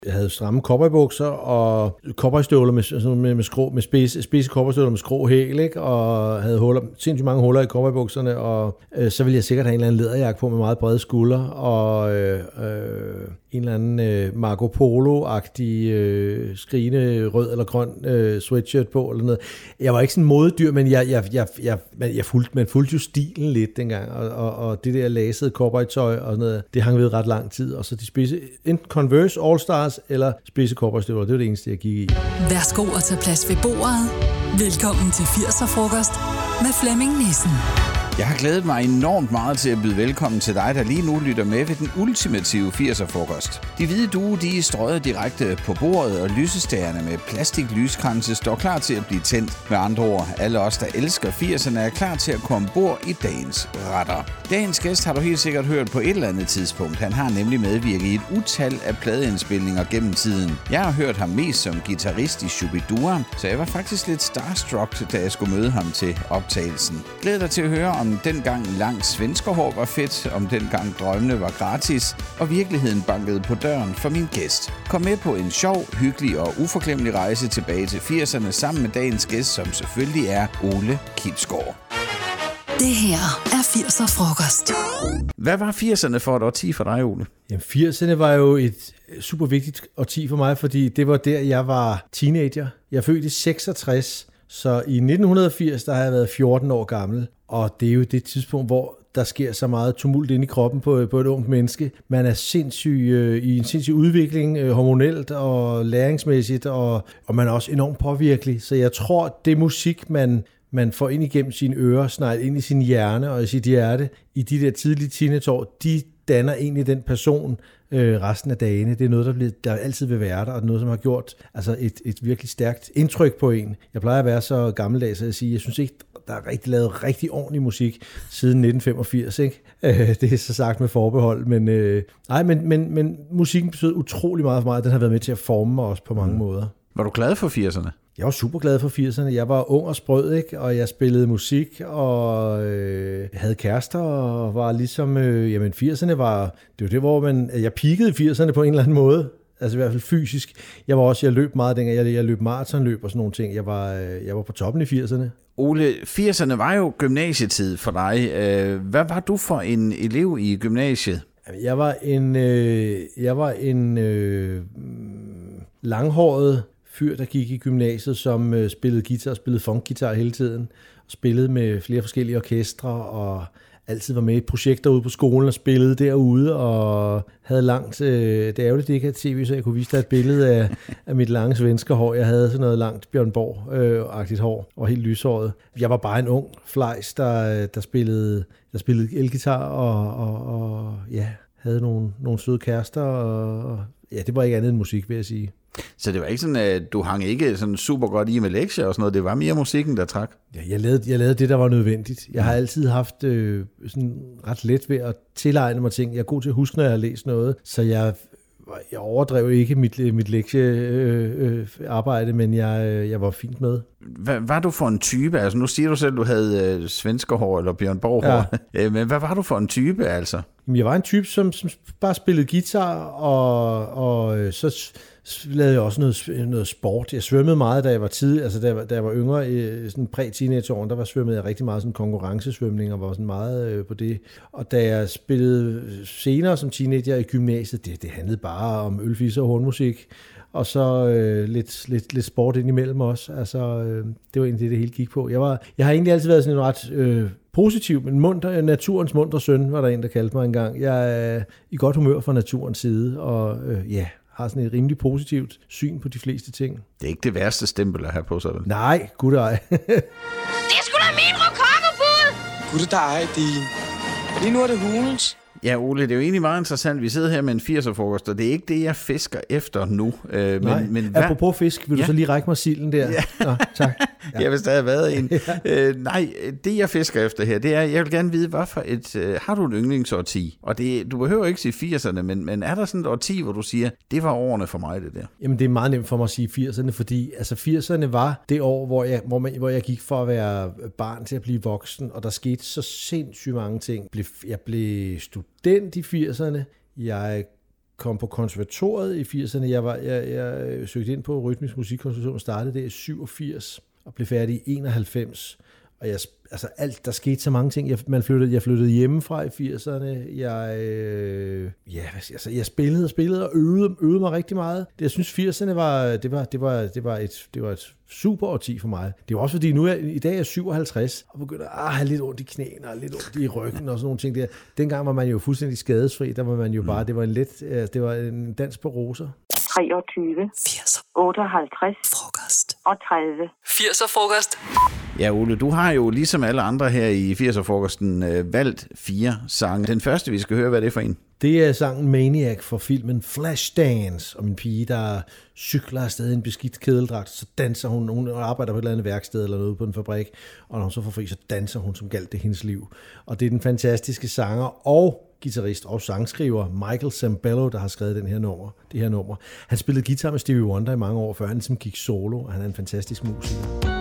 Jeg havde stramme cowboybukser og cowboystøvler med spidse cowboystøvler med skrå hæl, ikke? Og havde sindssygt mange huller i cowboybukserne, og så ville jeg sikkert have en eller anden læderjakke på med meget brede skuldre, og en eller anden Marco Polo-agtig skrigende rød eller grøn sweatshirt på, eller noget. Jeg var ikke sådan en modedyr, men man fulgte jo stilen lidt dengang, og det der lasede cowboytøj og noget, det hang ved ret lang tid, og så de spidse, enten Converse All-Stars eller spidse cowboystøvler, det var det eneste, jeg gik i. Værsgo at tage plads ved bordet. Velkommen til 80'er-frokost med Flemming Nissen. Jeg har glædet mig enormt meget til at byde velkommen til dig, der lige nu lytter med ved den ultimative 80'er-frokost. De hvide duer, de er strøget direkte på bordet, og lysestagerne med plastiklyskranse står klar til at blive tændt. Med andre ord, alle os, der elsker 80'erne, er klar til at komme ombord i dagens retter. Dagens gæst har du helt sikkert hørt på et eller andet tidspunkt. Han har nemlig medvirket i et utal af pladeindspilninger gennem tiden. Jeg har hørt ham mest som guitarist i Shubidua, så jeg var faktisk lidt starstruck, da jeg skulle møde ham til optagelsen. Glæd dig til at høre om dengang langt svenskerhår var fedt, om dengang drømmene var gratis, og virkeligheden bankede på døren for min gæst. Kom med på en sjov, hyggelig og uforglemmelig rejse tilbage til 80'erne sammen med dagens gæst, som selvfølgelig er Ole Kibsgaard. Det her er 80'er-frokost. Hvad var 80'erne for et årti for dig, Ole? Jamen, 80'erne var jo et super vigtigt årti for mig, fordi det var der, jeg var teenager. Jeg er født i 66, så i 1980, der har jeg været 14 år gammel, og det er jo det tidspunkt, hvor der sker så meget tumult inde i kroppen på et ungt menneske. Man er i en sindssyg udvikling, hormonelt og læringsmæssigt, og man er også enormt påvirkelig. Så jeg tror, det musik, man får ind igennem sine ører, snart ind i sin hjerne og i sit hjerte, i de der tidlige teenageår, de danner egentlig den person resten af dagene. Det er noget, der altid vil være der, og noget, som har gjort altså et virkelig stærkt indtryk på en. Jeg plejer at være så gammeldags, at jeg siger, jeg synes ikke, der er lavet rigtig ordentlig musik siden 1985, ikke? Det er så sagt med forbehold, men musikken betyder utrolig meget for mig, den har været med til at forme mig også på mange måder. Var du glad for 80'erne? Jeg var super glad for 80'erne. Jeg var ung og sprød, ikke? Og jeg spillede musik og havde kærester og var ligesom... 80'erne var... Det var det, hvor jeg peakede i 80'erne på en eller anden måde. Altså i hvert fald fysisk. Jeg løb meget dengang. Jeg løb maratonløb og sådan nogle ting. Jeg var på toppen i 80'erne. Ole, 80'erne var jo gymnasietid for dig. Hvad var du for en elev i gymnasiet? Jeg var en langhåret fyr, der gik i gymnasiet, som spillede guitar og spillede funkguitar hele tiden. Og spillede med flere forskellige orkestre og altid var med i projekter ude på skolen og spillede derude og havde langt... det er ærgerligt, det ikke er tv, så jeg kunne vise dig et billede af mit lange svenskerhår. Jeg havde sådan noget langt Bjørn Borg-agtigt hår og helt lyshåret. Jeg var bare en ung flejs, der spillede elgitar og havde nogle søde kærester. Og det var ikke andet end musik, vil jeg sige. Så det var ikke sådan, at du hang ikke sådan super godt i med lektier og sådan noget, det var mere musikken, der trak? Ja, jeg lavede det, der var nødvendigt. Jeg har altid haft sådan ret let ved at tilegne mig ting. Jeg er god til at huske, når jeg har læst noget, så jeg overdrev ikke mit lektiearbejde, men jeg var fint med. Hvad var du for en type? Altså nu siger du selv, at du havde svenskerhår eller Bjørn Borg-hår. Ja. Men hvad var du for en type, altså? Jeg var en type, som bare spillede guitar, og så lavede jeg også noget sport. Jeg svømmede meget, da jeg var tidlig, altså da jeg var yngre, sådan præ-teenageåren, der svømmede jeg rigtig meget sådan konkurrencesvømning, og var sådan meget på det. Og da jeg spillede senere som teenager i gymnasiet, det handlede bare om ølfisser og hornmusik, og så lidt sport indimellem også. Altså, det var egentlig det hele gik på. Jeg har egentlig altid været sådan en ret positiv, men naturens muntre søn, var der en, der kaldte mig engang. Jeg er i godt humør fra naturens side, og har sådan et rimelig positivt syn på de fleste ting. Det er ikke det værste stempel at have på sig, vel? Nej, gud ej. Det er sgu da min rokokobud! Gud dig, din. Lige nu er det hulens. Ja, Ole, det er jo egentlig meget interessant. Vi sidder her med en 80'er-frokost, og det er ikke det, jeg fisker efter nu. Nej, men apropos fisk, vil du så lige række mig silden der? Ja. Nå, tak. Ja, hvis der har været en. Nej, det jeg fisker efter her, det er, jeg vil gerne vide, hvad for et... har du en yndlingsårti? Og du behøver ikke sige 80'erne, men er der sådan et årti, hvor du siger, det var årene for mig, det der? Jamen, det er meget nemt for mig at sige 80'erne, fordi altså 80'erne var det år, hvor jeg gik for at være barn til at blive voksen, og der skete så sindssygt mange ting. Jeg blev student i 80'erne. Jeg kom på konservatoriet i 80'erne. Jeg søgte ind på Rytmisk Musikkonservatorium og startede det i 87 og blev færdig i 91. Og der skete så mange ting. Jeg flyttede hjemmefra i 80'erne. Jeg spillede og øvede mig rigtig meget. Jeg synes 80'erne var et super årti for mig. Det er også fordi nu i dag er jeg 57 og begynder at have lidt ondt i knæene og lidt ondt i ryggen og sådan nogle ting der. Dengang var man jo fuldstændig skadesfri. Der var man jo bare, det var en dans på roser. 23, 80'er 58 frokost og 30. 80'er frokost. Ja, Ole, du har jo ligesom alle andre her i 80'er-frokosten valgt 4 sange. Den første, vi skal høre, hvad er det for en? Det er sangen Maniac for filmen Flashdance, og min pige, der cykler afsted i en beskidt kedeldragt, så danser hun. Hun arbejder på et eller andet værksted eller noget på en fabrik, og når hun så får fri, så danser hun som galt det hendes liv. Og det er den fantastiske sanger og guitarist og sangskriver Michael Sembello, der har skrevet det her nummer. Han spillede guitar med Stevie Wonder i mange år, før han ligesom gik solo, og han er en fantastisk musiker.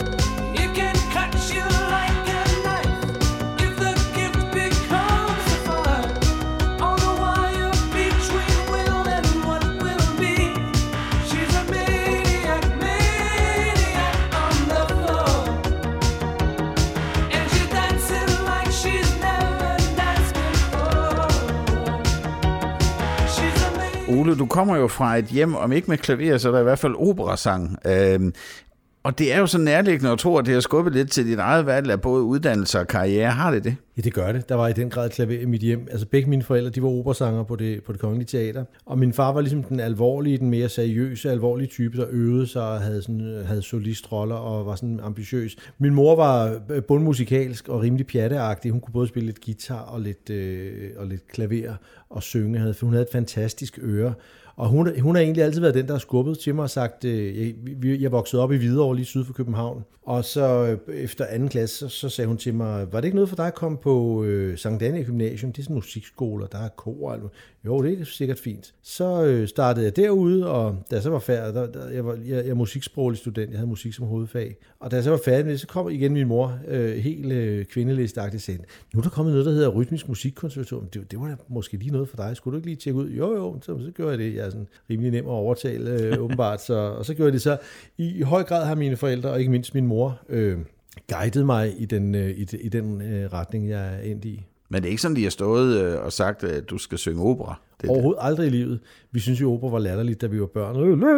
Ole, du kommer jo fra et hjem, om ikke med klaver, så er der i hvert fald operasang. Og det er jo så nærliggende at tro, at det har skubbet lidt til dit eget valg af både uddannelse og karriere. Har det det? Ja, det gør det. Der var i den grad klaver i mit hjem. Altså begge mine forældre, de var operasanger på det Kongelige Teater. Og min far var ligesom den alvorlige, den mere seriøse, alvorlige type, der øvede sig og havde solistroller og var sådan ambitiøs. Min mor var bundmusikalsk og rimelig pjatteagtig. Hun kunne både spille lidt guitar og lidt klaver og synge. Hun havde et fantastisk øre. Og hun har egentlig altid været den, der har skubbet til mig og sagt, jeg voksede op i Hvidovre lige syd for København. Og så efter 2. klasse, så sagde hun til mig, var det ikke noget for dig at komme på Sankt Annæ Gymnasium? Det er sådan en musikskole, og der er kor. Jo, det er sikkert fint. Så startede jeg derude, og da jeg så var færdig, jeg er musiksproglig student, jeg havde musik som hovedfag. Og da jeg så var færdig med det, så kom igen min mor, helt kvindelistagtigt, sagde, nu er der kommet noget, der hedder Rytmisk Musikkonservatorium. Det var da måske lige noget for dig. Skulle du ikke lige tjekke ud? Jo, så gjorde jeg det. Jeg er sådan rimelig nem at overtale, åbenbart. Og så gjorde jeg det så. I høj grad har mine forældre, og ikke mindst min mor, guidet mig i den retning, jeg er endt i. Men det er ikke sådan, de har stået og sagt, at du skal synge opera? Overhovedet aldrig i livet. Vi synes jo, opera var latterligt, da vi var børn.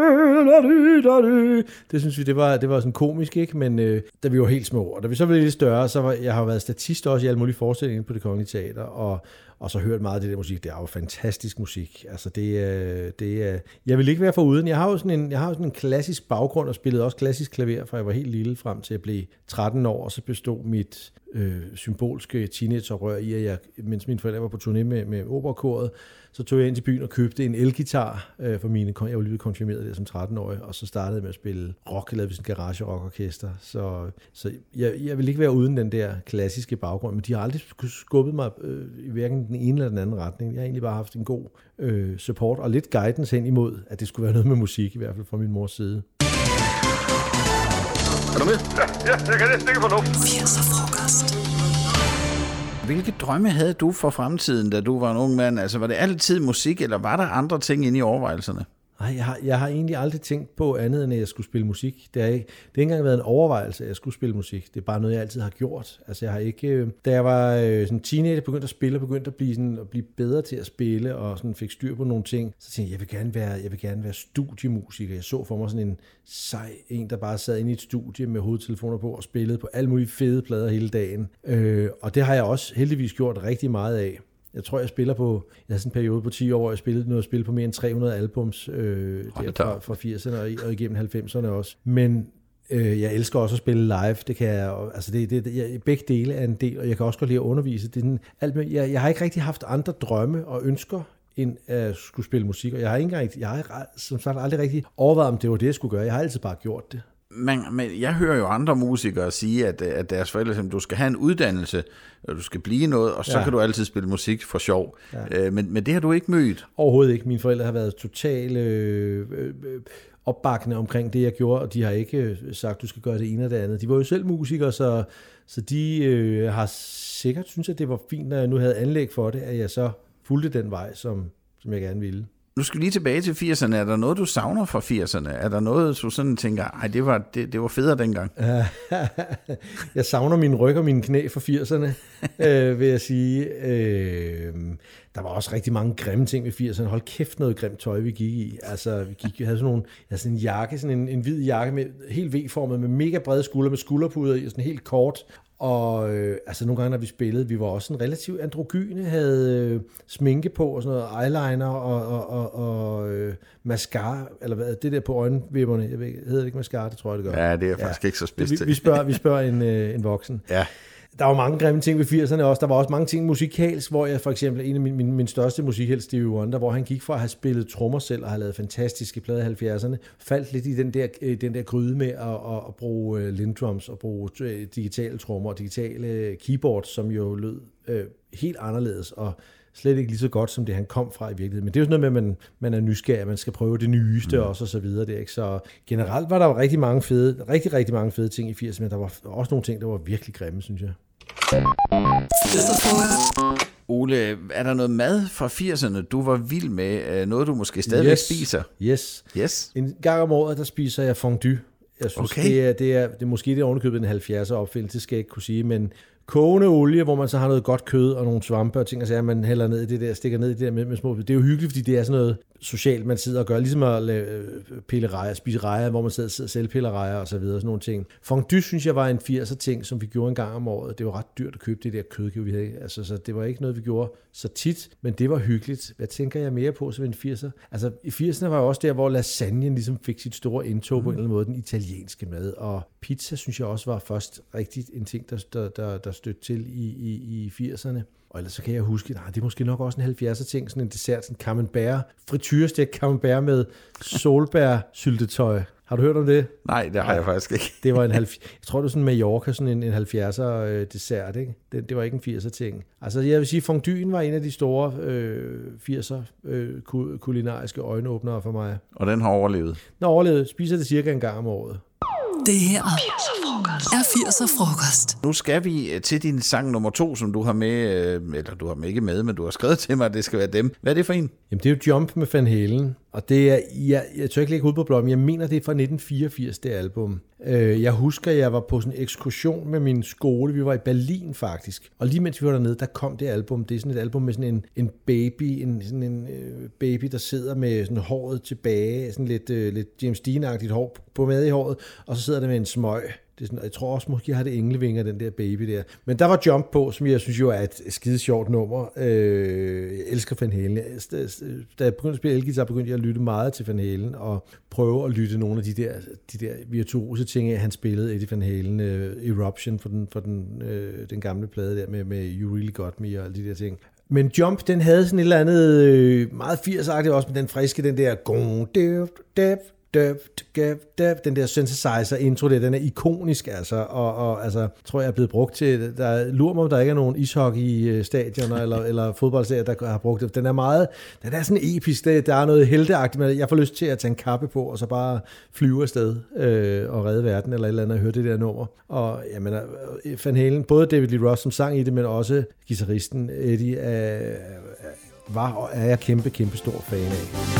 Det synes vi, det var sådan komisk, ikke? Men da vi var helt små, og da vi så blev lidt større, jeg har været statist også i alle mulige forestillinger på Det Kongelige Teater, og så hørt meget af det der musik. Det er jo fantastisk musik. Altså jeg vil ikke være foruden. Jeg har jo sådan en klassisk baggrund og spillede også klassisk klaver, fra jeg var helt lille frem til at blive 13 år, og så bestod mit symbolske teenagerrør i, at jeg, mens mine forældre var på turné med operakoret, så tog jeg ind til byen og købte en elgitar for mine. Jeg var lige konfirmeret der som 13-årig, og så startede jeg med at spille rock, eller sådan en garage-rockorkester. Så jeg vil ikke være uden den der klassiske baggrund, men de har aldrig skubbet mig i hverken den ene eller den anden retning. Jeg har egentlig bare haft en god support og lidt guidance hen imod, at det skulle være noget med musik, i hvert fald fra min mors side. Er du med? Ja, jeg kan næsten ikke få luft. 80'er frokost. Hvilke drømme havde du for fremtiden, da du var en ung mand? Altså, var det altid musik, eller var der andre ting inde i overvejelserne? Nej, jeg har egentlig aldrig tænkt på andet, end at jeg skulle spille musik. Det har ikke engang været en overvejelse, at jeg skulle spille musik. Det er bare noget, jeg altid har gjort. Altså, jeg har ikke... Da jeg var sådan teenager, begyndte at spille, begyndte at blive bedre til at spille, og sådan fik styr på nogle ting, så tænkte jeg vil gerne være studiemusiker. Jeg så for mig sådan en sej en, der bare sad inde i et studie med hovedtelefoner på og spillede på alle mulige fede plader hele dagen. Og det har jeg også heldigvis gjort rigtig meget af. Jeg tror, jeg havde sådan en periode på 10 år, hvor jeg spillede på mere end 300 albums fra 80'erne og igennem 90'erne også. Men jeg elsker også at spille live. Det kan jeg, altså begge dele er en del, og jeg kan også godt lide at undervise. Jeg har ikke rigtig haft andre drømme og ønsker, end at skulle spille musik, og jeg har som sagt aldrig rigtig overvejet, om det var det, jeg skulle gøre. Jeg har altid bare gjort det. Men jeg hører jo andre musikere sige, at deres forældre siger, du skal have en uddannelse, og du skal blive noget, og så kan du altid spille musik for sjov. Ja. Men det har du ikke mødt? Overhovedet ikke. Mine forældre har været totalt opbakkende omkring det, jeg gjorde, og de har ikke sagt, du skal gøre det ene eller det andet. De var jo selv musikere, så de har sikkert synes, at det var fint, når jeg nu havde anlæg for det, at jeg så fulgte den vej, som jeg gerne ville. Nu skal vi lige tilbage til 80'erne. Er der noget, du savner fra 80'erne? Er der noget, du sådan tænker, ej, det var federe dengang? Jeg savner mine ryg og mine knæ fra 80'erne, vil jeg sige. Der var også rigtig mange grimme ting ved 80'erne. Hold kæft noget grimt tøj, vi gik i. Altså, vi havde sådan en jakke, sådan en hvid jakke, med helt V-formet, med mega brede skuldre, med skulderpuder i, sådan helt kort. Og altså nogle gange, når vi spillede, vi var også sådan relativt androgyne, havde sminke på og sådan noget, eyeliner og mascara, eller hvad, det der på øjenvipperne, jeg ved, hedder det ikke mascara, det tror jeg, det gør. Ja, det er faktisk ikke så spids til. Vi spørger en voksen. Ja. Der var mange grimme ting ved 80'erne også. Der var også mange ting musikalsk, hvor jeg for eksempel, en af min største musikhelt, Stevie Wonder, hvor han gik fra at have spillet trommer selv og have lavet fantastiske plader i 70'erne, faldt lidt i den der gryde med at bruge lindrums og bruge digitale trommer og digitale keyboards, som jo lød helt anderledes og slet ikke lige så godt, som det han kom fra i virkeligheden. Men det er jo sådan noget med, at man er nysgerrig, man skal prøve det nyeste også, og så videre. Det, ikke? Så generelt var der jo rigtig mange fede ting i 80'erne, men der var også nogle ting, der var virkelig grimme, synes jeg. Ole, er der noget mad fra 80'erne, du var vild med? Noget, du måske stadigvæk spiser? Yes. En gang om året, der spiser jeg fondue. Jeg synes, det er måske det ovenikøbet en 70'er opfindelse, det skal jeg ikke kunne sige, men kogende olie, hvor man så har noget godt kød og nogle svampe og ting, og så man hælder ned i det der, stikker ned i det der med små. Det er jo hyggeligt, fordi det er sådan noget socialt, man sidder og gør, ligesom at pille rejer, spise rejer, hvor man sidder selv piller rejer og så videre, sådan nogle ting. Fondue, synes jeg, var en 80'er ting, som vi gjorde en gang om året. Det var ret dyrt at købe det der kød, vi havde. Altså, så det var ikke noget, vi gjorde så tit, men det var hyggeligt. Hvad tænker jeg mere på som en 80'er? Altså, i 80'erne var jo også der, hvor lasagnen ligesom fik sit store indtog på en eller anden måde, den italienske mad, og pizza, synes jeg også var først rigtigt en ting, der stødte til i 80'erne. Og ellers så kan jeg huske, det er måske nok også en 70'er ting, sådan en dessert, sådan camembert, frityrestegt camembert med solbærsyltetøj. Har du hørt om det? Nej, det har jeg faktisk ikke. Det var jeg tror, det var sådan en Mallorca, sådan en 70'er dessert, ikke? Det var ikke en 80'er ting. Altså, jeg vil sige, fonduen var en af de store 80'er kulinariske øjenåbnere for mig. Og den har overlevet? Den har overlevet. Spiser det cirka en gang om året. Det her er 80'er frokost. Nu skal vi til din sang nummer 2, som du har med, eller du har ikke med, men du har skrevet til mig, at det skal være dem. Hvad er det for en? Jamen, det er jo Jump med Van Halen, og det er, jeg tør ikke lægge ud på bloggen, jeg mener, det er fra 1984, det album. Jeg husker, jeg var på sådan en ekskursion med min skole, vi var i Berlin faktisk, og lige mens vi var dernede, der kom det album. Det er sådan et album med sådan en baby, en baby, der sidder med sådan håret tilbage, sådan lidt James Dean-agtigt hår på med i håret, og så sidder der med en smøg. Det er sådan, jeg tror også, måske jeg har det englevinger, den der baby der. Men der var Jump på, som jeg synes jo er et skide sjovt nummer. Jeg elsker Van Halen. Da jeg begyndte at spille elguitar, begyndte jeg at lytte meget til Van Halen, og prøve at lytte nogle af de der virtuose ting af, han spillede Eddie Van Halen, Eruption for den gamle plade der med You Really Got Me og alle de der ting. Men Jump, den havde sådan et eller andet meget 80'er-agtigt også, med den friske, den der den der synthesizer intro der, den er ikonisk, altså, og altså, tror jeg er blevet brugt til, lurer mig, om der ikke er nogen ishockey-stadioner eller fodboldstadier, der har brugt det. Den er sådan episk, der er noget helteagtigt med, jeg får lyst til at tage en kappe på, og så bare flyve afsted og redde verden, eller et eller andet, og høre det der nummer. Og jeg mener, Van Halen, både David Lee Roth, som sang i det, men også guitaristen Eddie, er jeg kæmpe stor fan af.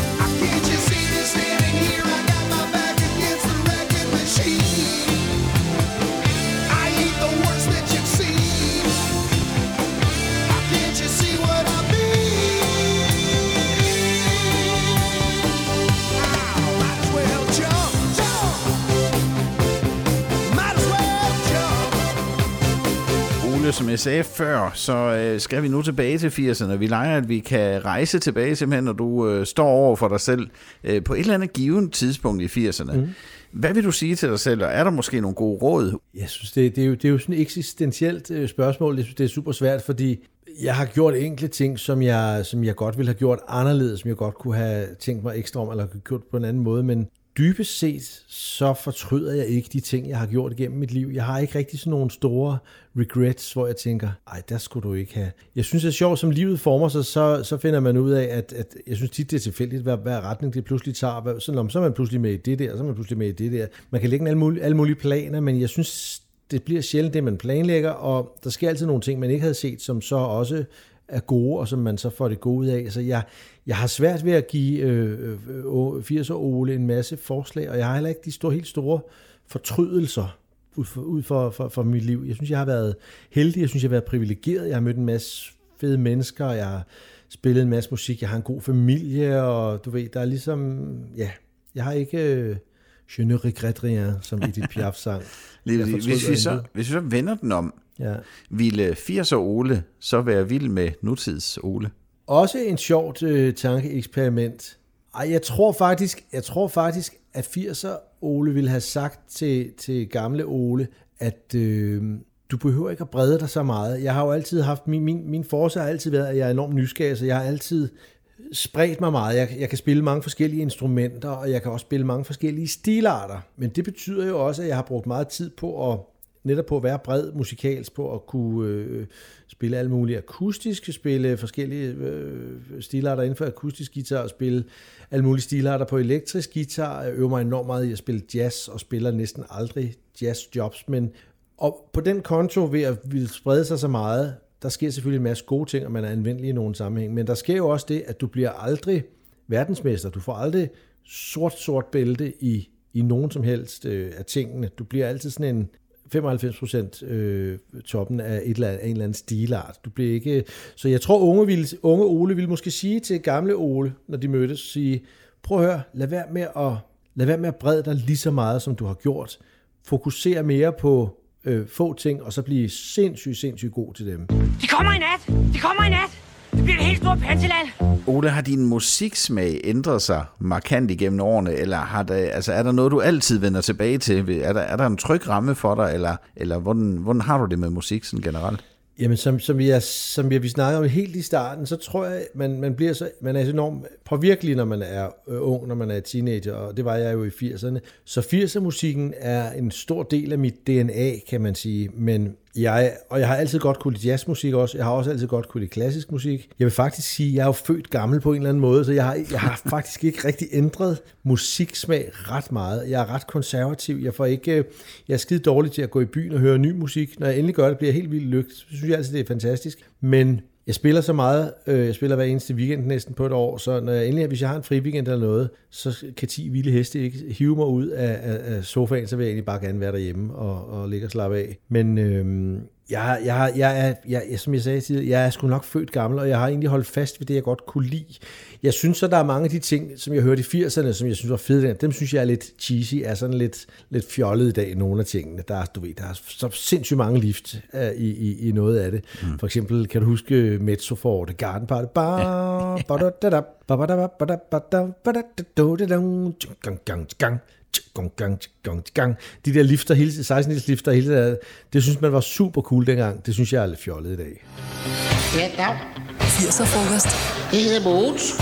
Som jeg sagde før, så skal vi nu tilbage til 80'erne. Vi leger, at vi kan rejse tilbage simpelthen, når du står over for dig selv på et eller andet givet tidspunkt i 80'erne. Mm. Hvad vil du sige til dig selv, og er der måske nogle gode råd? Jeg synes, det er jo sådan et eksistentielt spørgsmål. Det er super svært, fordi jeg har gjort enkle ting, som jeg godt ville have gjort anderledes, som jeg godt kunne have tænkt mig ekstra om, eller gjort på en anden måde, men dybest set, så fortryder jeg ikke de ting, jeg har gjort igennem mit liv. Jeg har ikke rigtig sådan nogle store regrets, hvor jeg tænker, ej, der skulle du ikke have. Jeg synes, det er sjovt, som livet former sig, så finder man ud af, at jeg synes tit, det er tilfældigt, hvad retning det pludselig tager. Så er man pludselig med i det der, så er man pludselig med i det der. Man kan lægge alle mulige planer, men jeg synes, det bliver sjældent det, man planlægger, og der sker altid nogle ting, man ikke havde set, som så også er gode, og som man så får det gode ud af. Så jeg har svært ved at give 80'er Ole en masse forslag, og jeg har heller ikke de helt store fortrydelser ud for mit liv. Jeg synes, jeg har været heldig, jeg synes, jeg har været privilegeret, jeg har mødt en masse fede mennesker, jeg har spillet en masse musik, jeg har en god familie, og du ved, der er ligesom, ja, jeg har ikke je ne regrette rien, som Edith Piaf sang. Hvis vi så vender den om, ville 80'er Ole så være vild med nutids Ole? Også en sjovt tankeeksperiment. Jeg tror faktisk, at 80'er Ole ville have sagt til gamle Ole, at du behøver ikke at brede dig så meget. Jeg har jo altid haft, min force har altid været, at jeg er enormt nysgerrig, så jeg har altid spredt mig meget. Jeg kan spille mange forskellige instrumenter, og jeg kan også spille mange forskellige stilarter. Men det betyder jo også, at jeg har brugt meget tid på netop på at være bred musikalsk, på at kunne spille alle mulige akustiske, spille forskellige stilarter inden for akustisk guitar, og spille alle mulige stilarter på elektrisk guitar. Jeg øver mig enormt meget i at spille jazz, og spiller næsten aldrig jazzjobs, og på den konto ved at ville sprede sig så meget, der sker selvfølgelig en masse gode ting, og man er anvendelig i nogle sammenhæng, men der sker jo også det, at du bliver aldrig verdensmester. Du får aldrig sort bælte i nogen som helst af tingene. Du bliver altid sådan en 95% toppen af en eller anden stilart. Du bliver ikke. Så jeg tror, unge Ole ville måske sige til gamle Ole, når de mødtes, sige, prøv at høre, lad være med at brede dig lige så meget, som du har gjort. Fokuser mere på få ting, og så blive sindssygt god til dem. De kommer i nat! Det bliver et helt stort panseland! Ole, har din musiksmag ændret sig markant igennem årene, eller er der noget, du altid vender tilbage til? Er der en tryg ramme for dig, eller hvordan har du det med musik sådan generelt? Jamen, som vi snakkede om helt i starten, så tror jeg, man er enormt påvirkelig, når man er ung, når man er teenager, og det var jeg jo i 80'erne. Så 80'er-musikken er en stor del af mit DNA, kan man sige, men jeg har altid godt kunne lide jazzmusik også. Jeg har også altid godt kunne lide klassisk musik. Jeg vil faktisk sige, at jeg er jo født gammel på en eller anden måde, så jeg har faktisk ikke rigtig ændret musiksmag ret meget. Jeg er ret konservativ. Jeg er skide dårlig til at gå i byen og høre ny musik. Når jeg endelig gør det, bliver jeg helt vildt lykkelig. Så synes jeg altid, det er fantastisk. Men jeg spiller så meget. Jeg spiller hver eneste weekend næsten på et år, så hvis jeg har en fri weekend eller noget, så kan 10 vilde heste ikke hive mig ud af sofaen, så vil jeg egentlig bare gerne være derhjemme og ligge og slappe af. Men som jeg sagde tidligere, jeg er sgu nok født gammel, og jeg har egentlig holdt fast ved det, jeg godt kunne lide. Jeg synes så, der er mange af de ting, som jeg hørte i 80'erne, som jeg synes var fede, dem synes jeg er lidt cheesy, er sådan lidt fjollet i dag, nogle af tingene. Der er så sindssygt mange lift i noget af det. For eksempel, kan du huske Mezzo for The Garden Party? De der lifter, 16 lifter, hele det synes man var super cool dengang. Det synes jeg er lidt fjollet i dag. Ja, dag. 80'er frokost. Det hedder Mogens.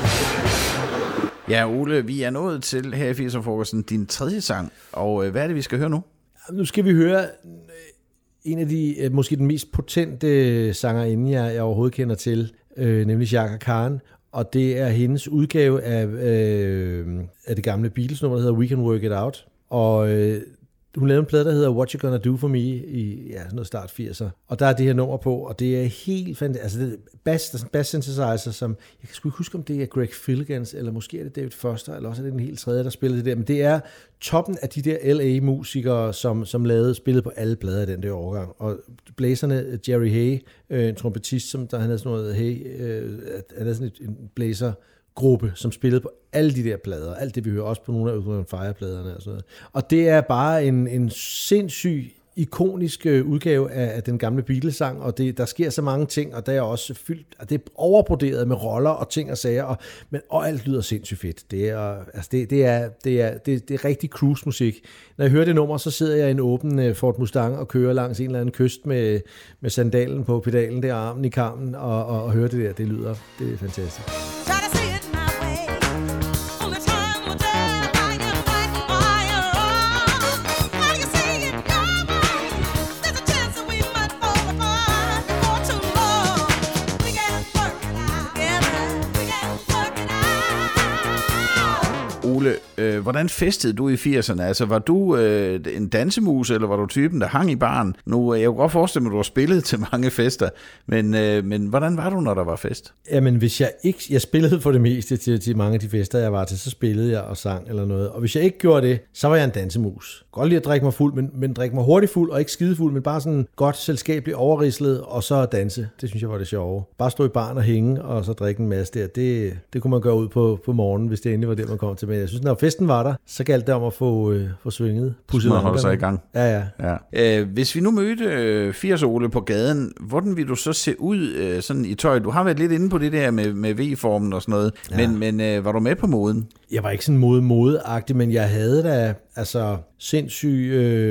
Ja, Ole, vi er nået til her i 80'er frokosten din tredje sang, og hvad er det, vi skal høre nu? Nu skal vi høre en af de, måske den mest potente sangerinde, jeg overhovedet kender til, nemlig Chaka Khan. Og det er hendes udgave af det gamle Beatles-nummer, der hedder We Can Work It Out. Og hun lavede en plade, der hedder What You Gonna Do For Me i sådan noget start 80'er. Og der er det her nummer på, og det er helt fantastisk. Altså det er bass synthesizer, som jeg kan sgu ikke huske, om det er Greg Philligans, eller måske er det David Foster, eller også er det den helt tredje, der spiller det der. Men det er toppen af de der LA-musikere, som spillede på alle plader i den der årgang. Og blæserne, Jerry Hay, en trompetist, han havde sådan noget, han havde sådan en blæsergruppe, som spillede på alle de der plader, alt det vi hører, også på nogle af Earth & Fire-pladerne og sådan noget. Og det er bare en sindssyg ikonisk udgave af den gamle Beatles-sang, og der sker så mange ting, og der er også fyldt, og det er overbroderet med roller og ting og sager, og alt lyder sindssygt fedt. Det er rigtig cruise-musik. Når jeg hører det nummer, så sidder jeg i en åben Ford Mustang og kører langs en eller anden kyst med sandalen på pedalen der, armen i karmen, og hører det der. Det er fantastisk. hvordan festede du i 80'erne? Altså, var du en dansemus, eller var du typen, der hang i baren? Nu, jeg kunne godt forestille mig, at du har spillet til mange fester, men hvordan var du, når der var fest? Jamen, hvis jeg spillede for det meste til mange af de fester, jeg var til, så spillede jeg og sang eller noget. Og hvis jeg ikke gjorde det, så var jeg en dansemus. Godt lide at drikke mig fuld, men drikke mig hurtigt fuld, og ikke skidefuld, men bare sådan godt selskabeligt overrislet, og så danse. Det synes jeg var det sjove. Bare stå i baren og hænge, og så drikke en masse der. Det kunne man gøre ud på morgenen, hvis det endelig var det, man kom til. Men jeg synes, når festen var der, så galt det om at få svinget. Pusset man holder sig i gang. Ja. Hvis vi nu mødte 80'er-Ole på gaden, hvordan ville du så se ud sådan i tøj? Du har været lidt inde på det der med V-formen og sådan noget, men var du med på moden? Jeg var ikke sådan modeagtig, men jeg havde da sindssyg...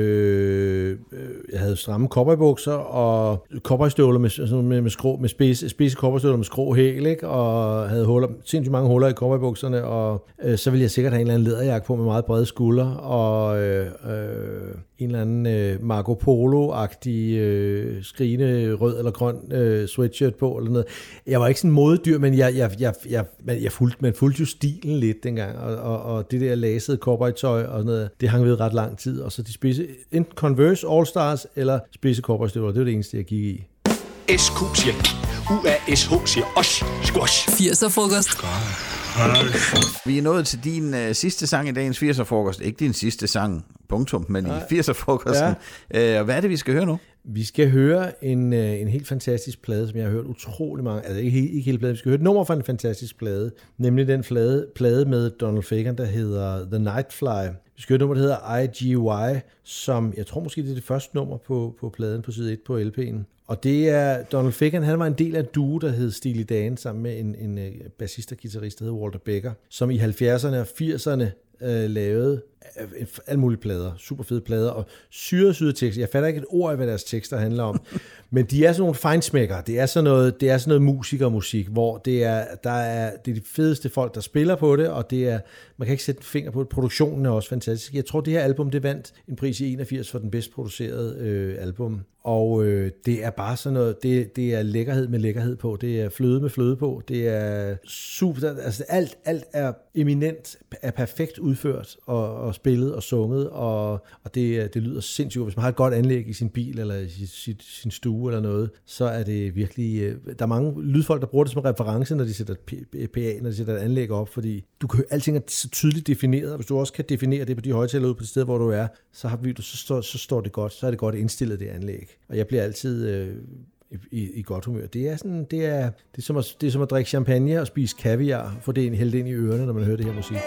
jeg havde stramme cowboybukser og cowboystøvler med spidse cowboystøvler med skrå hæl, ikke? Og havde sindssygt mange huller i cowboybukserne, og så ville jeg sikkert have en eller anden læderjakke på med meget brede skuldre, og en eller anden Marco Polo-agtig skrigende rød eller grøn sweatshirt på, eller noget. Jeg var ikke sådan modedyr, men man fulgte jo stilen lidt dengang, og det der lasede cowboytøj og sådan noget, det hang ved ret lang tid, og så de spidse, enten Converse All Stars eller spidse cowboystøvler, det var det eneste, jeg gik i. SQ siger UASH siger osh, squash. 80'er-frokost. Vi er nået til din sidste sang i dagens 80'er-frokost. Ikke din sidste sang, punktum, men i 80'er-frokosten. Ja. Hvad er det, vi skal høre nu? Vi skal høre en helt fantastisk plade, som jeg har hørt utrolig mange, altså ikke hele pladen, vi skal høre et nummer fra en fantastisk plade, nemlig den plade med Donald Fagen, der hedder The Nightfly. Vi skal høre et nummer, der hedder IGY, som jeg tror måske det er det første nummer på pladen på side 1 på LP'en. Og det er Donald Fagen, han var en del af en duo, der hed Steely Dan, sammen med en bassist og guitarist, der hed Walter Becker, som i 70'erne og 80'erne lavede alle mulige plader, super fede plader, og syrede tekster. Jeg fatter ikke et ord af, hvad deres tekster handler om, men de er sådan nogle feinsmækkere. Det er sådan noget musikermusik, hvor det er de fedeste folk, der spiller på det, og det er, man kan ikke sætte en finger på det. Produktionen er også fantastisk. Jeg tror, det her album, det vandt en pris i 81 for den bedst producerede album. Og det er bare sådan noget, det er lækkerhed med lækkerhed på, det er fløde med fløde på, det er super, altså alt er eminent, er perfekt udført og spillet og sunget, og det lyder sindssygt. Hvis man har et godt anlæg i sin bil eller i sin stue eller noget, så er det virkelig, der er mange lydfolk, der bruger det som reference, når de sætter PA, når de sætter et anlæg op, fordi du kan høre, alting er så tydeligt defineret, og hvis du også kan definere det på de højtaler ude på det sted, hvor du er, så står det godt, så er det godt indstillet, det anlæg. Og jeg bliver altid i godt humør. Det er som at drikke champagne og spise kaviar, for det er hældt ind i ørerne, når man hører det her musik.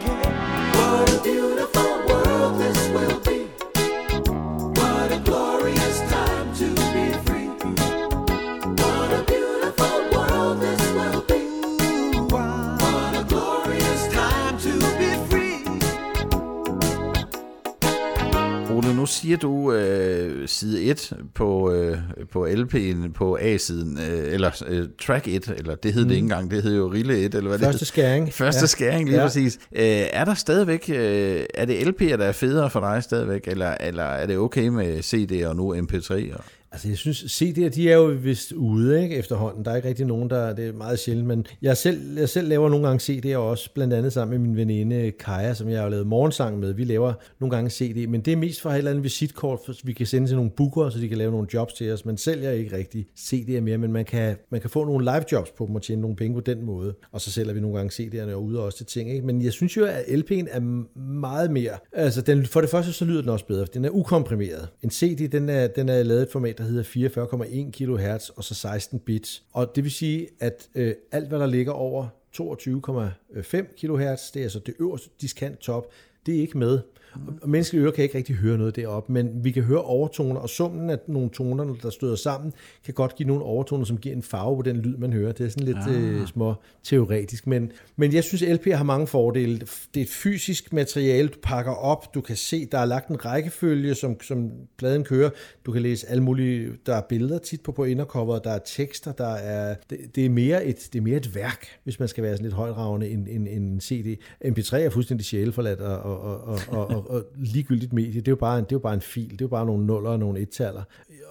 Nu siger du side 1 på LP'en på A-siden, eller track 1, eller det hed det ikke engang, det hed jo Rille 1, eller hvad det hed? Skæring. Første skæring, lige præcis. Er der stadigvæk, er det LP'er, der er federe for dig stadigvæk, eller er det okay med CD'er og nu MP3'er? Altså, jeg synes, CD'er, de er jo vist ude, ikke, efterhånden. Der er ikke rigtig nogen, det er meget sjældent, men jeg selv laver nogle gange CD'er også, blandt andet sammen med min veninde Kaja, som jeg har lavet morgensang med. Vi laver nogle gange CD, men det er mest for at have et eller andet visitkort, så vi kan sende til nogle bookere, så de kan lave nogle jobs til os. Man sælger ikke rigtig CD'er mere, men man kan få nogle live jobs på dem og tjene nogle penge på den måde. Og så sælger vi nogle gange CD'erne og ude også til ting, ikke? Men jeg synes jo, at LP'en er meget mere. Altså, for det første, så lyder den også bedre. Den er ukomprimeret. En CD, den er lavet et format, der hedder 44,1 kHz og så 16 bits. Og det vil sige, at alt, hvad der ligger over 22,5 kHz, det er altså det øverste diskant top, det er ikke med. Og menneskelige ører kan ikke rigtig høre noget deroppe, men vi kan høre overtoner, og summen af nogle toner, der støder sammen, kan godt give nogle overtoner, som giver en farve på den lyd, man hører. Det er sådan lidt små teoretisk, men jeg synes, LP har mange fordele. Det er et fysisk materiale, du pakker op, du kan se, der er lagt en rækkefølge, som pladen kører. Du kan læse alle mulige, der er billeder tit på indercoveret, der er tekster, det er mere et værk, hvis man skal være sådan lidt højtravende end en CD. MP3 er fuldstændig sjæleforladt og ligegyldigt medie. Det er jo bare en fil. Det er jo bare nogle nuller og nogle ettaller.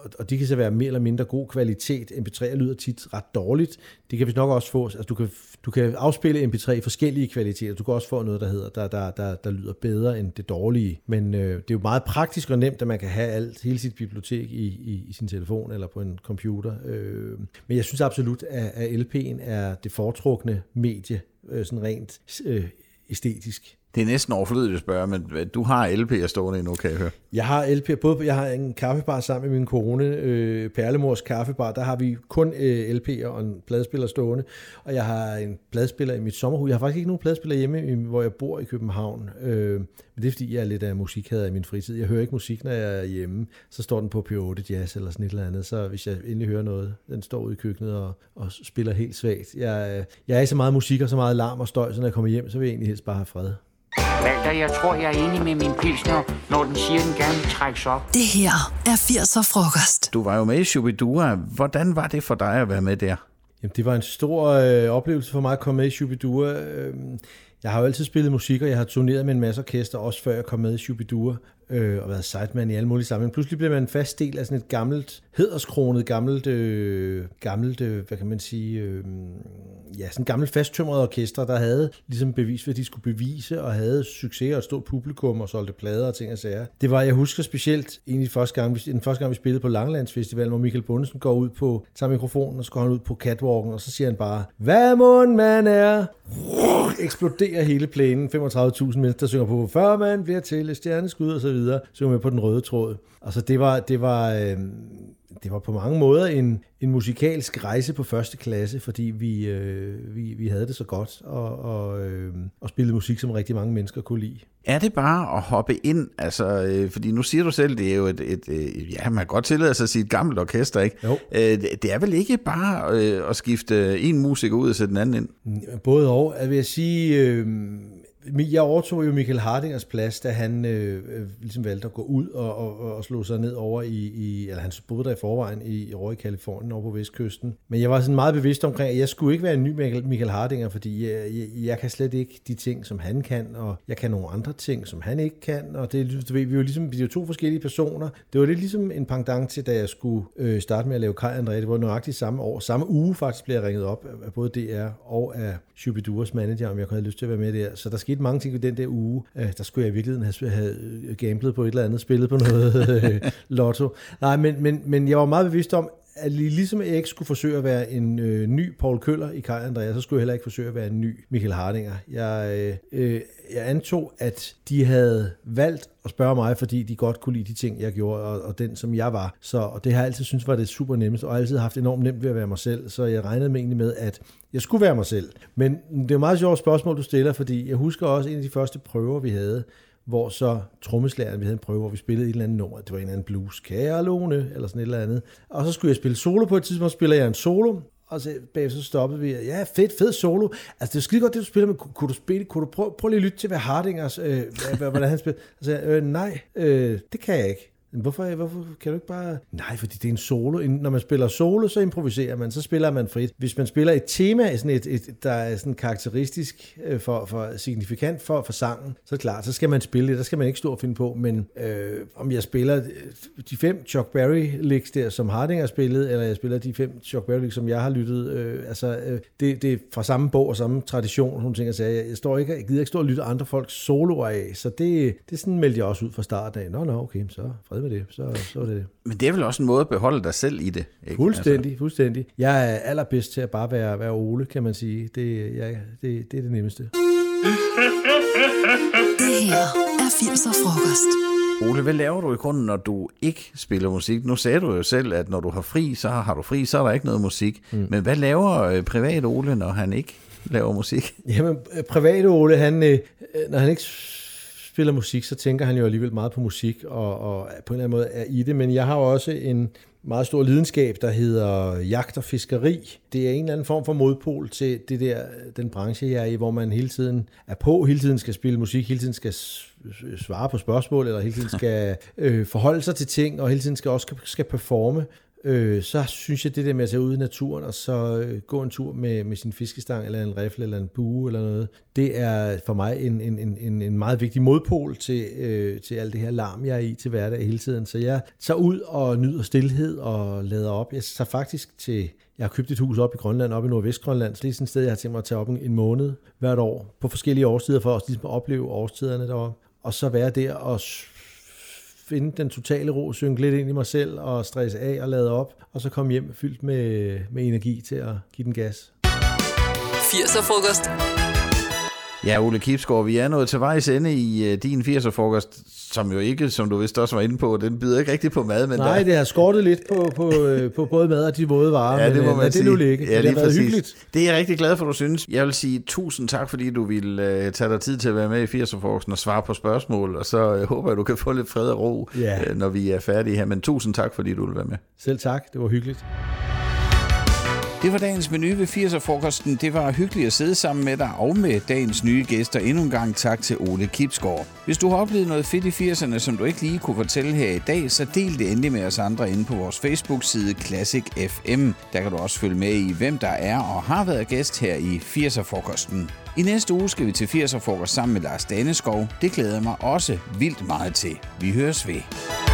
og de kan så være mere eller mindre god kvalitet. MP3 lyder tit ret dårligt. Det kan vi nok også få. Altså, du kan afspille MP3 i forskellige kvaliteter. Du kan også få noget, der lyder bedre end det dårlige. Men det er jo meget praktisk og nemt, at man kan have hele sit bibliotek i sin telefon eller på en computer. Men jeg synes absolut, at LP'en er det foretrukne medie, sådan rent æstetisk. Det er næsten overflødigt at spørge, men du har LP'er stående endnu, kan jeg høre. Jeg har LP'er, jeg har en kaffebar sammen med min kone, Perlemors Kaffebar, der har vi kun LP'er og en pladespiller stående, og jeg har en pladespiller i mit sommerhus. Jeg har faktisk ikke nogen pladespiller hjemme, hvor jeg bor i København, men det er fordi, jeg er lidt af musikhader i min fritid. Jeg hører ikke musik, når jeg er hjemme, så står den på P8 Jazz eller sådan et eller andet, så hvis jeg endelig hører noget, den står ude i køkkenet og spiller helt svagt. Jeg er ikke så meget musik og så meget larm og støj, så når jeg kommer hjem, så vil jeg egentlig helst bare have fred. Walter, jeg tror, jeg er enig med min pilsner, når den siger, den gerne vil trækkes op. Det her er 80'er frokost. Du var jo med i Shubidua. Hvordan var det for dig at være med der? Jamen, det var en stor oplevelse for mig at komme med i Shubidua. Jeg har jo altid spillet musik, og jeg har turneret med en masse orkester, også før jeg kom med i Shubidua, og været sideman i alle mulige sammenhænge. Pludselig blev man en fast del af sådan et gammelt, hæderskronet, gammelt, hvad kan man sige, sådan gammelt fasttømrede orkester, der havde ligesom bevis, hvad de skulle bevise, og havde succes og et stort publikum, og solgte plader og ting og sager. Det var, jeg husker specielt, den første gang vi spillede på Langelandsfestivalen, hvor Michael Bundesen går ud på, tager mikrofonen, og så går han ud på catwalken, og så siger han bare, hvad mon man er? Eksploderer hele plænen, 35.000 mennesker, der synger på, før man bliver til et stjerneskud, og så videre, synger med på den røde tråd. Altså det var på mange måder en musikalsk rejse på første klasse, fordi vi havde det så godt og spillede musik, som rigtig mange mennesker kunne lide. Er det bare at hoppe ind? Altså, fordi nu siger du selv, det er jo man kan godt tillade sig at sige et gammelt orkester, ikke? Jo. Det er vel ikke bare at skifte en musiker ud og sætte den anden ind? Både og. Jeg vil sige, jeg overtog jo Michael Hardingers plads, da han ligesom valgte at gå ud og slå sig ned over eller han boede der i forvejen over i Kalifornien, over på vestkysten. Men jeg var sådan meget bevidst omkring, at jeg skulle ikke være en ny Michael Hardinger, fordi jeg kan slet ikke de ting, som han kan, og jeg kan nogle andre ting, som han ikke kan, og det vi er jo to forskellige personer. Det var lidt ligesom en pendant til, da jeg skulle starte med at lave Kaj André. Det var nøjagtigt samme år. Samme uge faktisk blev jeg ringet op af både DR og af Shubiduas manager, om jeg kunne have lyst til at være med der. Så der skete mange ting i den der uge. Der skulle jeg i virkeligheden have gamblet på et eller andet, spillet på noget lotto. Nej, men jeg var meget bevidst om, at ligesom jeg ikke skulle forsøge at være en ny Paul Køller i Kaj André, så skulle jeg heller ikke forsøge at være en ny Michael Hardinger. Jeg antog, at de havde valgt at spørge mig, fordi de godt kunne lide de ting, jeg gjorde, og den, som jeg var. Og det har jeg altid syntes var det super nemmest, og altid haft enormt nemt ved at være mig selv, så jeg regnede med egentlig med, at jeg skulle være mig selv. Men det er et meget sjovt spørgsmål, du stiller, fordi jeg husker også en af de første prøver, vi havde, hvor så trommeslageren, vi havde en prøve, hvor vi spillede et eller andet nummer. Det var en eller anden blues, Kære Lone, eller sådan et eller andet. Og så skulle jeg spille solo på et tidspunkt, spiller jeg en solo, og så bagefter stoppede vi. Ja, fed solo. Altså, det er skide godt, det du spiller, men kunne du prøve lige at lytte til, hvad Hardingers, hvordan han spiller? Og så sagde nej, det kan jeg ikke. Hvorfor kan du ikke bare... Nej, fordi det er en solo. Når man spiller solo, så improviserer man, så spiller man frit. Hvis man spiller et tema, sådan der er sådan karakteristisk, for signifikant for sangen, så er det klart, så skal man spille det. Der skal man ikke stå og finde på. Men om jeg spiller de 5 Chuck Berry-licks der, som Harding har spillet, eller jeg spiller de 5 Chuck Berry-licks, som jeg har lyttet, det er fra samme bog og samme tradition, hun tænker sig. Jeg gider ikke stå og lytte andre folks soloer af, så det sådan meldte jeg også ud fra starten af. Nå, okay, så fred med det. Så er det. Men det er vel også en måde at beholde dig selv i det, ikke? Fuldstændig. Jeg er allerbedst til at bare være Ole, kan man sige. Det er det nemmeste. Det her er 80'er frokost. Ole, hvad laver du i grunden, når du ikke spiller musik? Nu sagde du jo selv, at når du har fri, så har du fri, så er der ikke noget musik. Men hvad laver privat Ole, når han ikke laver musik? Jamen, privat Ole, når han ikke spiller musik, så tænker han jo alligevel meget på musik, og på en eller anden måde er i det. Men jeg har også en meget stor lidenskab, der hedder jagt og fiskeri. Det er en eller anden form for modpol til den branche, jeg er i, hvor man hele tiden er på, hele tiden skal spille musik, hele tiden skal svare på spørgsmål, eller hele tiden skal forholde sig til ting, og hele tiden skal performe. så synes jeg, det der med at tage ud i naturen og så gå en tur med sin fiskestang eller en rifle eller en bue eller noget, det er for mig en meget vigtig modpol til alt det her larm, jeg er i til hverdag hele tiden. Så jeg tager ud og nyder stilhed og lader op. Jeg tager faktisk jeg har købt et hus op i Grønland, op i Nordvestgrønland, så det er sådan et sted, jeg har tænkt mig at tage op en måned hvert år på forskellige årstider, for også ligesom at opleve årstiderne deroppe. Og så være der og finde den totale ro, synke lidt ind i mig selv og stresse af og lade op, og så komme hjem fyldt med energi til at give den gas. 80'er-frokost. Ja, Ole Kibsgaard, vi er nået til vejs ende i din 80'er-frokost, som jo ikke, som du vist også var inde på, den byder ikke rigtig på mad. Men nej, det har skortet lidt på både mad og de våde varer, ja, det må man sige. Det nu ligge. Ja, det har været hyggeligt. Det er jeg rigtig glad for, du synes. Jeg vil sige tusind tak, fordi du ville tage dig tid til at være med i 80'er-frokosten og svare på spørgsmål, og så håber jeg, du kan få lidt fred og ro, når vi er færdige her. Men tusind tak, fordi du ville være med. Selv tak, det var hyggeligt. Det var dagens menu ved 80'er-frokosten. Det var hyggeligt at sidde sammen med dig og med dagens nye gæster. Endnu en gang tak til Ole Kibsgaard. Hvis du har oplevet noget fedt i 80'erne, som du ikke lige kunne fortælle her i dag, så del det endelig med os andre inde på vores Facebook-side Classic FM. Der kan du også følge med i, hvem der er og har været gæst her i 80'er-frokosten. I næste uge skal vi til 80'er-frokost sammen med Lars Daneskov. Det glæder jeg mig også vildt meget til. Vi høres ved.